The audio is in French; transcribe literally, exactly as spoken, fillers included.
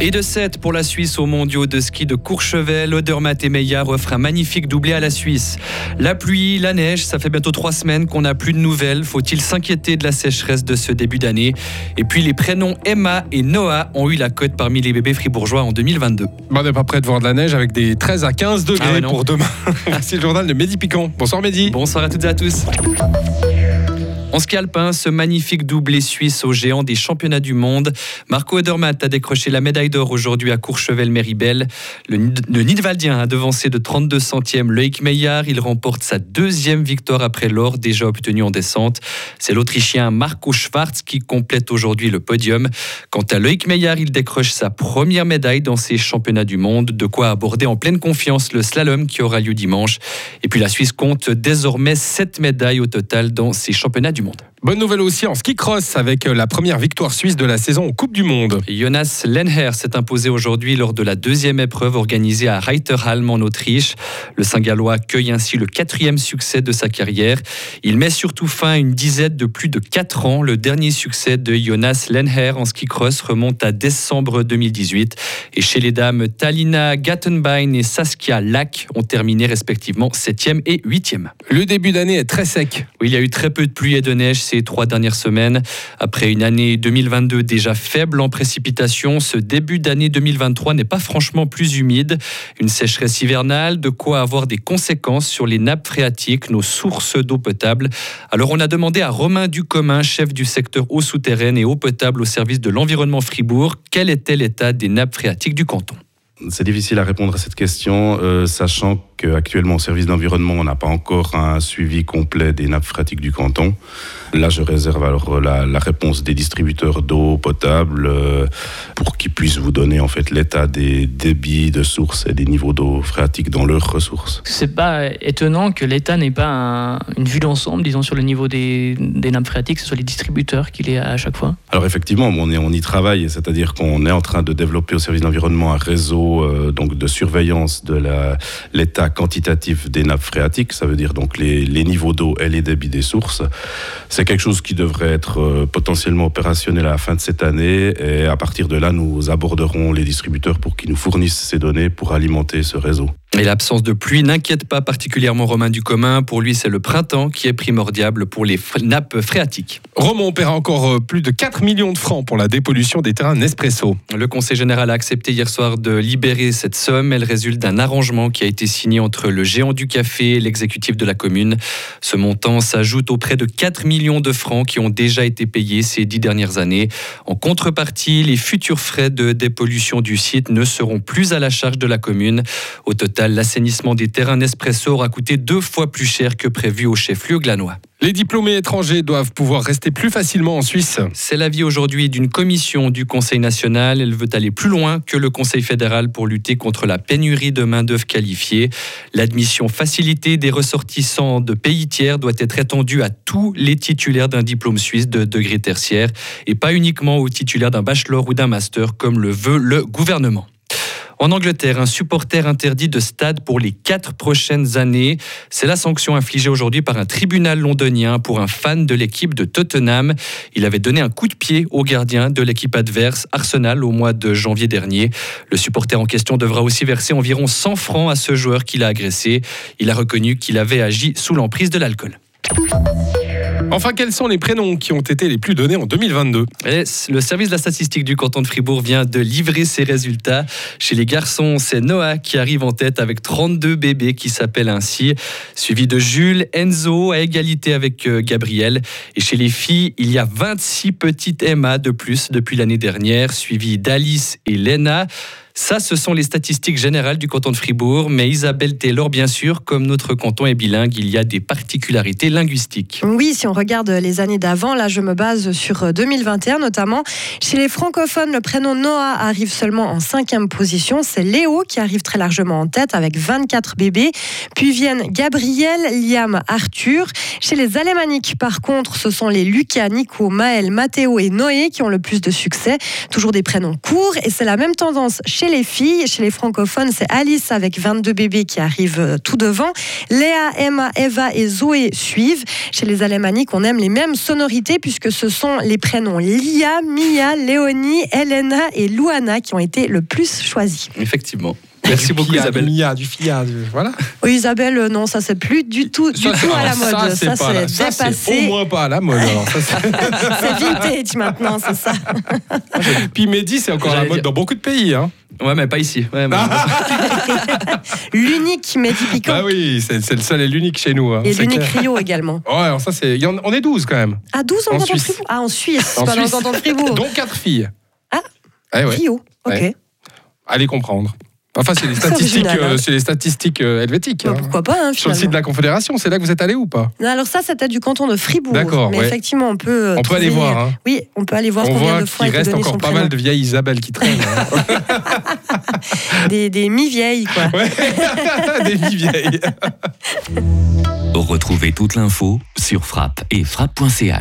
Et de sept pour la Suisse aux mondiaux de ski de Courchevel. Odermatt et Meillard offrent un magnifique doublé à la Suisse. La pluie, la neige, ça fait bientôt trois semaines qu'on n'a plus de nouvelles. Faut-il s'inquiéter de la sécheresse de ce début d'année? Et puis les prénoms Emma et Noah ont eu la cote parmi les bébés fribourgeois en deux mille vingt-deux. Bon, on n'est pas prêt de voir de la neige avec des treize à quinze degrés ah ouais, pour demain. C'est le journal de Mehdi Piquant. Bonsoir Mehdi. Bonsoir à toutes et à tous. En ski alpin, ce magnifique doublé suisse aux géants des championnats du monde. Marco Odermatt a décroché la médaille d'or aujourd'hui à Courchevel-Méribel. Le, le Nidwaldien a devancé de trente-deux centièmes Loïc Meillard. Il remporte sa deuxième victoire après l'or déjà obtenu en descente. C'est l'Autrichien Marco Schwarz qui complète aujourd'hui le podium. Quant à Loïc Meillard, il décroche sa première médaille dans ces championnats du monde. De quoi aborder en pleine confiance le slalom qui aura lieu dimanche. Et puis la Suisse compte désormais sept médailles au total dans ces championnats du monde. Bonne nouvelle aussi en ski cross avec la première victoire suisse de la saison aux Coupes du Monde. Jonas Lenher s'est imposé aujourd'hui lors de la deuxième épreuve organisée à Reiterhalm en Autriche. Le Saint-Gallois cueille ainsi le quatrième succès de sa carrière. Il met surtout fin à une disette de plus de quatre ans. Le dernier succès de Jonas Lenher en ski cross remonte à décembre deux mille dix-huit. Et chez les dames, Talina Gattenbein et Saskia Lack ont terminé respectivement septième et huitième. Le début d'année est très sec. Oui, il y a eu très peu de pluie et de neige ces trois dernières semaines. Après une année deux mille vingt-deux déjà faible en précipitations, ce début d'année deux mille vingt-trois n'est pas franchement plus humide. Une sécheresse hivernale, de quoi avoir des conséquences sur les nappes phréatiques, nos sources d'eau potable. Alors on a demandé à Romain Ducommun, chef du secteur eau souterraine et eau potable au service de l'environnement Fribourg, quel était l'état des nappes phréatiques du canton. C'est difficile à répondre à cette question, euh, sachant qu'actuellement au service de l'environnement, on n'a pas encore un suivi complet des nappes phréatiques du canton. Là, je réserve alors la, la réponse des distributeurs d'eau potable euh, pour qu'ils puissent vous donner en fait l'état des débits de sources et des niveaux d'eau phréatique dans leurs ressources. C'est pas étonnant que l'État n'ait pas un, une vue d'ensemble, disons, sur le niveau des, des nappes phréatiques, que ce soit les distributeurs qu'il est à chaque fois. Alors effectivement, on, est, on y travaille, c'est-à-dire qu'on est en train de développer au service de l'environnement un réseau euh, donc de surveillance de la, l'état quantitatif des nappes phréatiques, ça veut dire donc les, les niveaux d'eau et les débits des sources. C'est quelque chose qui devrait être euh, potentiellement opérationnel à la fin de cette année et à partir de là, nous aborderons les distributeurs pour qu'ils nous fournissent ces données pour alimenter ce réseau. Et l'absence de pluie n'inquiète pas particulièrement Romain Ducommun. Pour lui, c'est le printemps qui est primordial pour les nappes phréatiques. Romont paiera encore plus de quatre millions de francs pour la dépollution des terrains Nespresso. Le Conseil général a accepté hier soir de libérer cette somme. Elle résulte d'un arrangement qui a été signé entre le géant du café et l'exécutif de la commune. Ce montant s'ajoute aux près de quatre millions de francs qui ont déjà été payés ces dix dernières années. En contrepartie, les futurs frais de dépollution du site ne seront plus à la charge de la commune. Au total, l'assainissement des terrains Nespresso aura coûté deux fois plus cher que prévu au chef-lieu glannois. Les diplômés étrangers doivent pouvoir rester plus facilement en Suisse. C'est l'avis aujourd'hui d'une commission du Conseil national. Elle veut aller plus loin que le Conseil fédéral pour lutter contre la pénurie de main-d'œuvre qualifiée. L'admission facilitée des ressortissants de pays tiers doit être étendue à tous les titulaires d'un diplôme suisse de degré tertiaire et pas uniquement aux titulaires d'un bachelor ou d'un master comme le veut le gouvernement. En Angleterre, un supporter interdit de stade pour les quatre prochaines années. C'est la sanction infligée aujourd'hui par un tribunal londonien pour un fan de l'équipe de Tottenham. Il avait donné un coup de pied au gardien de l'équipe adverse, Arsenal, au mois de janvier dernier. Le supporter en question devra aussi verser environ cent francs à ce joueur qui l'a agressé. Il a reconnu qu'il avait agi sous l'emprise de l'alcool. Enfin, quels sont les prénoms qui ont été les plus donnés en deux mille vingt-deux ? Et le service de la statistique du canton de Fribourg vient de livrer ses résultats. Chez les garçons, c'est Noah qui arrive en tête avec trente-deux bébés qui s'appellent ainsi, suivi de Jules, Enzo à égalité avec Gabriel. Et chez les filles, il y a vingt-six petites Emma de plus depuis l'année dernière, suivies d'Alice et Lena. Ça, ce sont les statistiques générales du canton de Fribourg, mais Isabelle Taylor, bien sûr, comme notre canton est bilingue, il y a des particularités linguistiques. Oui, si on regarde les années d'avant, là je me base sur deux mille vingt et un notamment. Chez les francophones, le prénom Noah arrive seulement en cinquième position. C'est Léo qui arrive très largement en tête avec vingt-quatre bébés. Puis viennent Gabriel, Liam, Arthur. Chez les alémaniques, par contre, ce sont les Lucas, Nico, Maël, Mathéo et Noé qui ont le plus de succès. Toujours des prénoms courts et c'est la même tendance chez les filles. Chez les francophones, c'est Alice avec vingt-deux bébés qui arrivent tout devant. Léa, Emma, Eva et Zoé suivent. Chez les alémaniques, on aime les mêmes sonorités puisque ce sont les prénoms Lia, Mia, Léonie, Elena et Louana qui ont été le plus choisis. Effectivement. Merci du beaucoup Fia, Isabelle. Du Mia, du Fia, du... voilà. Oui, Isabelle, non, ça c'est plus du tout, du Ça, tout à la mode. Ça, c'est, ça, pas c'est la... ça, dépassé. c'est au moins pas à la mode. Alors. Ça, c'est... c'est vintage maintenant, c'est ça. Puis Mehdi, c'est encore à la mode dire... dans beaucoup de pays. Hein. Ouais, mais pas ici. Ouais, mais... L'unique Mehdi Piquant. Bah oui, c'est, c'est le seul et l'unique chez nous. Hein. Et c'est l'unique clair. Rio également. Ouais, alors ça, c'est... on est douze quand même. Ah, douze en, en canton de Suisse. Fribourg. Ah, en Suisse, en pas Suisse. dans le canton de Fribourg. Donc quatre filles. Ah, eh ouais. Rio, ok. Ouais. Allez comprendre. Enfin, c'est les statistiques, original, hein. euh, c'est les statistiques euh, helvétiques. Bah, hein. pourquoi pas, hein, Sur le site de la Confédération, c'est là que vous êtes allé ou pas? Non, alors ça, c'était du canton de Fribourg. D'accord, mais ouais. effectivement, on peut. On peut aller voir. Hein. Oui, on peut aller voir on combien voit de fois qu'il il a reste donné encore son pas prénom. mal de vieilles Isabelle qui traînent. des, des mi-vieilles, quoi. Ouais, des mi-vieilles. Retrouvez toute l'info sur frappe et frappe point c h.